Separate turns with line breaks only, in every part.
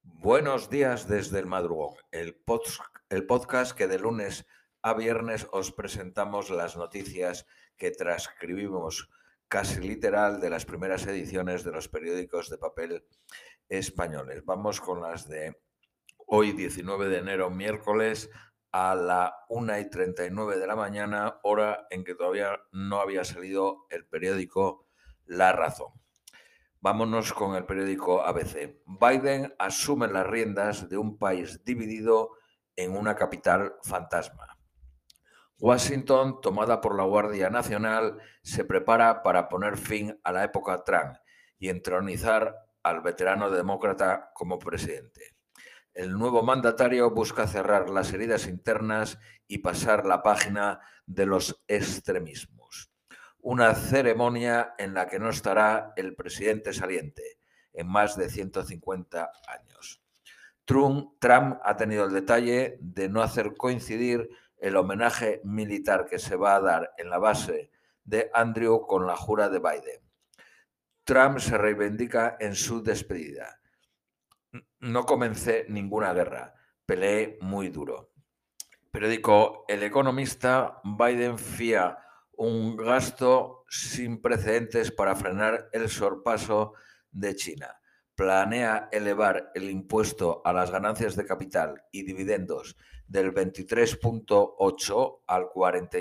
Buenos días desde el madrugón, el podcast que de lunes a viernes os presentamos las noticias que transcribimos casi literal de las primeras ediciones de los periódicos de papel españoles. Vamos con las de hoy, 19 de enero, miércoles, a la 1:39 de la mañana, hora en que todavía no había salido el periódico La Razón. Vámonos con el periódico ABC. Biden asume las riendas de un país dividido en una capital fantasma. Washington, tomada por la Guardia Nacional, se prepara para poner fin a la época Trump y entronizar al veterano demócrata como presidente. El nuevo mandatario busca cerrar las heridas internas y pasar la página de los extremismos. Una ceremonia en la que no estará el presidente saliente en más de 150 años. Trump ha tenido el detalle de no hacer coincidir el homenaje militar que se va a dar en la base de Andrew con la jura de Biden. Trump se reivindica en su despedida. No comencé ninguna guerra, peleé muy duro. Periódico El Economista, Biden fía un gasto sin precedentes para frenar el sorpaso de China. Planea elevar el impuesto a las ganancias de capital y dividendos del 23,8 al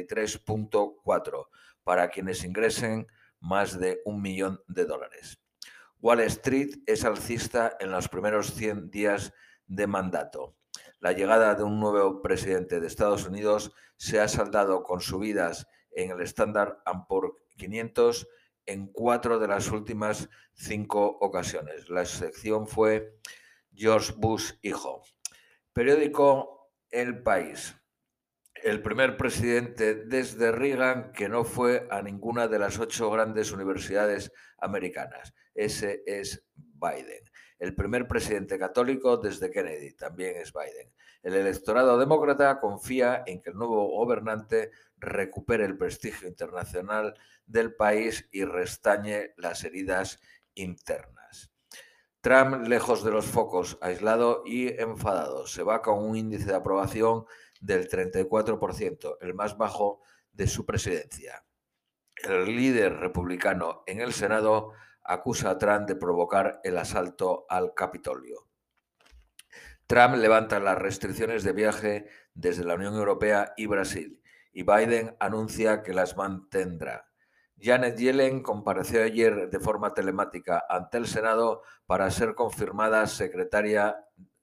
43,4 para quienes ingresen más de $1.000.000. Wall Street es alcista en los primeros 100 días de mandato. La llegada de un nuevo presidente de Estados Unidos se ha saldado con subidas en el Standard & Poor's 500 en 4 de las últimas 5 ocasiones. La excepción fue George Bush hijo. Periódico El País. El primer presidente desde Reagan que no fue a ninguna de las 8 grandes universidades americanas. Ese es Biden. El primer presidente católico desde Kennedy, también es Biden. El electorado demócrata confía en que el nuevo gobernante recupere el prestigio internacional del país y restañe las heridas internas. Trump, lejos de los focos, aislado y enfadado, se va con un índice de aprobación del 34%, el más bajo de su presidencia. El líder republicano en el Senado acusa a Trump de provocar el asalto al Capitolio. Trump levanta las restricciones de viaje desde la Unión Europea y Brasil, y Biden anuncia que las mantendrá. Janet Yellen compareció ayer de forma telemática ante el Senado para ser confirmada secretaria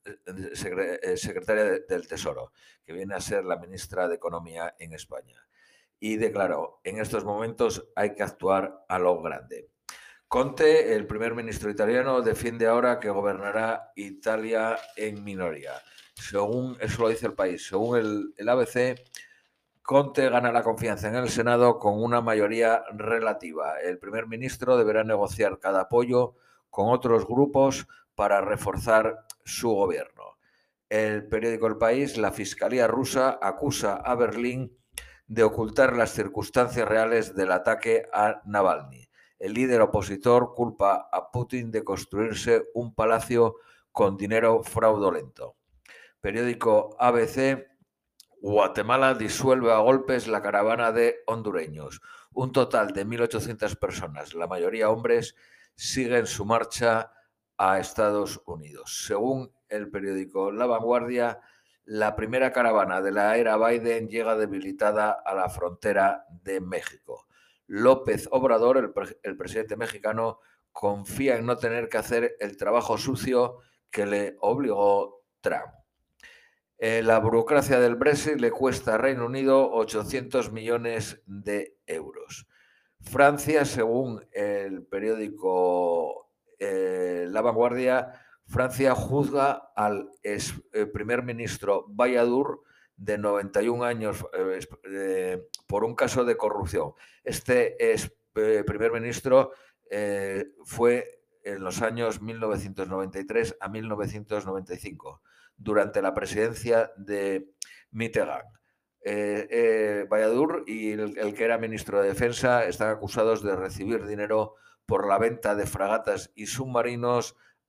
del Tesoro, que viene a ser la ministra de Economía en España. Y declaró, en estos momentos hay que actuar a lo grande. Conte, el primer ministro italiano, defiende ahora que gobernará Italia en minoría. Según eso lo dice El País, según el ABC, Conte gana la confianza en el Senado con una mayoría relativa. El primer ministro deberá negociar cada apoyo con otros grupos para reforzar su gobierno. El periódico El País, la Fiscalía rusa acusa a Berlín de ocultar las circunstancias reales del ataque a Navalny. El líder opositor culpa a Putin de construirse un palacio con dinero fraudulento. Periódico ABC, Guatemala disuelve a golpes la caravana de hondureños. Un total de 1.800 personas, la mayoría hombres, siguen su marcha a Estados Unidos. Según el periódico La Vanguardia, la primera caravana de la era Biden llega debilitada a la frontera de México. López Obrador, el presidente mexicano, confía en no tener que hacer el trabajo sucio que le obligó Trump. La burocracia del Brexit le cuesta a Reino Unido 800 millones de euros. Francia, según el periódico La Vanguardia, Francia juzga al primer ministro Balladur, de 91 años, por un caso de corrupción. Este primer ministro fue en los años 1993 a 1995, durante la presidencia de Mitterrand. Balladur y el que era ministro de Defensa están acusados de recibir dinero por la venta de fragatas y submarinos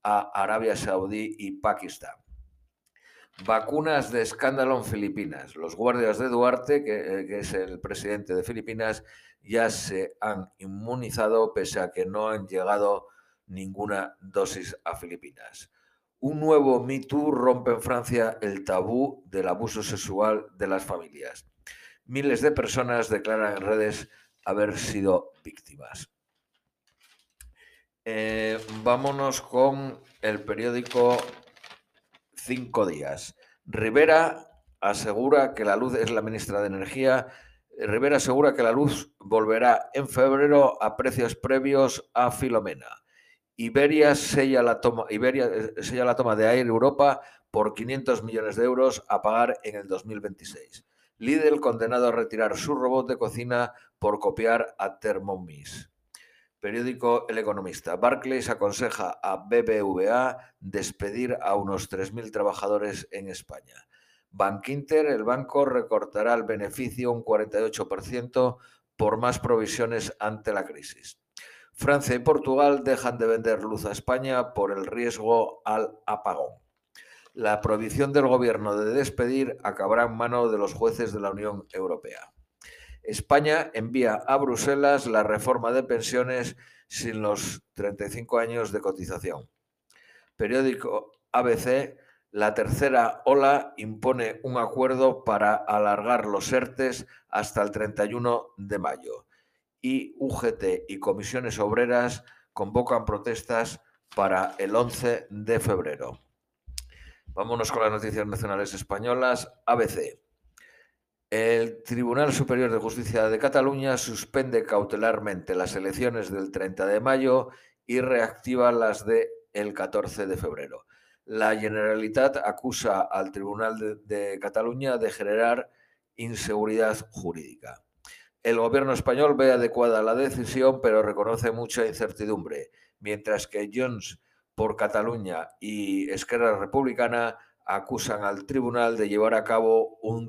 a Arabia Saudí y Pakistán. Vacunas de escándalo en Filipinas. Los guardias de Duarte, que es el presidente de Filipinas, ya se han inmunizado pese a que no han llegado ninguna dosis a Filipinas. Un nuevo Me Too rompe en Francia el tabú del abuso sexual de las familias. Miles de personas declaran en redes haber sido víctimas. Vámonos con el periódico 5 días. Rivera asegura que la luz es la ministra de Energía. Rivera asegura que la luz volverá en febrero a precios previos a Filomena. Iberia sella la toma de Air Europa por 500 millones de euros a pagar en el 2026. Lidl condenado a retirar su robot de cocina por copiar a Thermomix. Periódico El Economista. Barclays aconseja a BBVA despedir a unos 3.000 trabajadores en España. Bankinter, el banco, recortará el beneficio un 48% por más provisiones ante la crisis. Francia y Portugal dejan de vender luz a España por el riesgo al apagón. La prohibición del gobierno de despedir acabará en manos de los jueces de la Unión Europea. España envía a Bruselas la reforma de pensiones sin los 35 años de cotización. Periódico ABC, la tercera ola impone un acuerdo para alargar los ERTES hasta el 31 de mayo. Y UGT y comisiones obreras convocan protestas para el 11 de febrero. Vámonos con las noticias nacionales españolas. ABC. El Tribunal Superior de Justicia de Cataluña suspende cautelarmente las elecciones del 30 de mayo y reactiva las del 14 de febrero. La Generalitat acusa al Tribunal de Cataluña de generar inseguridad jurídica. El gobierno español ve adecuada la decisión, pero reconoce mucha incertidumbre, mientras que Junts por Cataluña y Esquerra Republicana acusan al tribunal de llevar a cabo un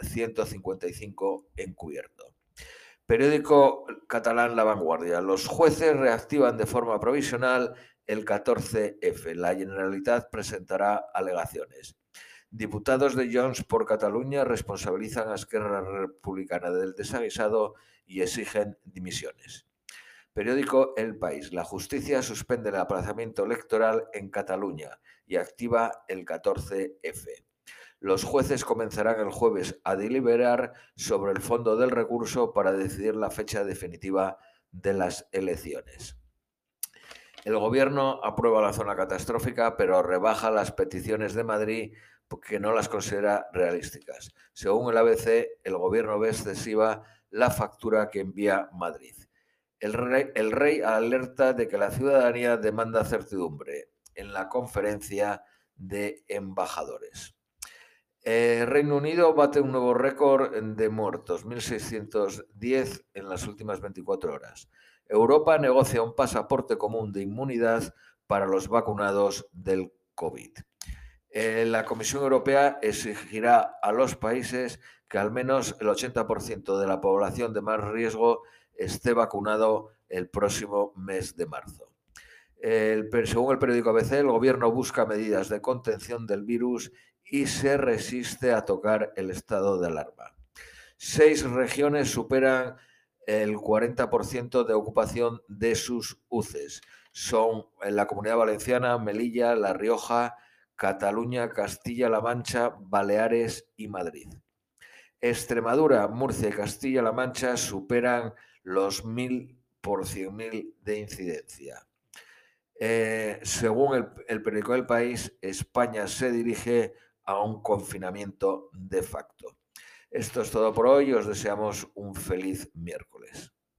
155 encubierto. Periódico catalán La Vanguardia. Los jueces reactivan de forma provisional el 14F. La Generalitat presentará alegaciones. Diputados de Junts por Cataluña responsabilizan a Esquerra Republicana del desaguisado y exigen dimisiones. Periódico El País. La justicia suspende el aplazamiento electoral en Cataluña y activa el 14F. Los jueces comenzarán el jueves a deliberar sobre el fondo del recurso para decidir la fecha definitiva de las elecciones. El gobierno aprueba la zona catastrófica, pero rebaja las peticiones de Madrid porque no las considera realísticas. Según el ABC, el gobierno ve excesiva la factura que envía Madrid. El rey alerta de que la ciudadanía demanda certidumbre en la conferencia de embajadores. Reino Unido bate un nuevo récord de muertos, 1.610 en las últimas 24 horas. Europa negocia un pasaporte común de inmunidad para los vacunados del COVID. La Comisión Europea exigirá a los países que al menos el 80% de la población de más riesgo esté vacunado el próximo mes de marzo. Según el periódico ABC, el gobierno busca medidas de contención del virus y se resiste a tocar el estado de alarma. 6 regiones superan el 40% de ocupación de sus UCEs. Son en la Comunidad Valenciana, Melilla, La Rioja, Cataluña, Castilla-La Mancha, Baleares y Madrid. Extremadura, Murcia y Castilla-La Mancha superan los 1.000 por 100.000 de incidencia. Según el periódico El País, España se dirige a un confinamiento de facto. Esto es todo por hoy. Os deseamos un feliz miércoles.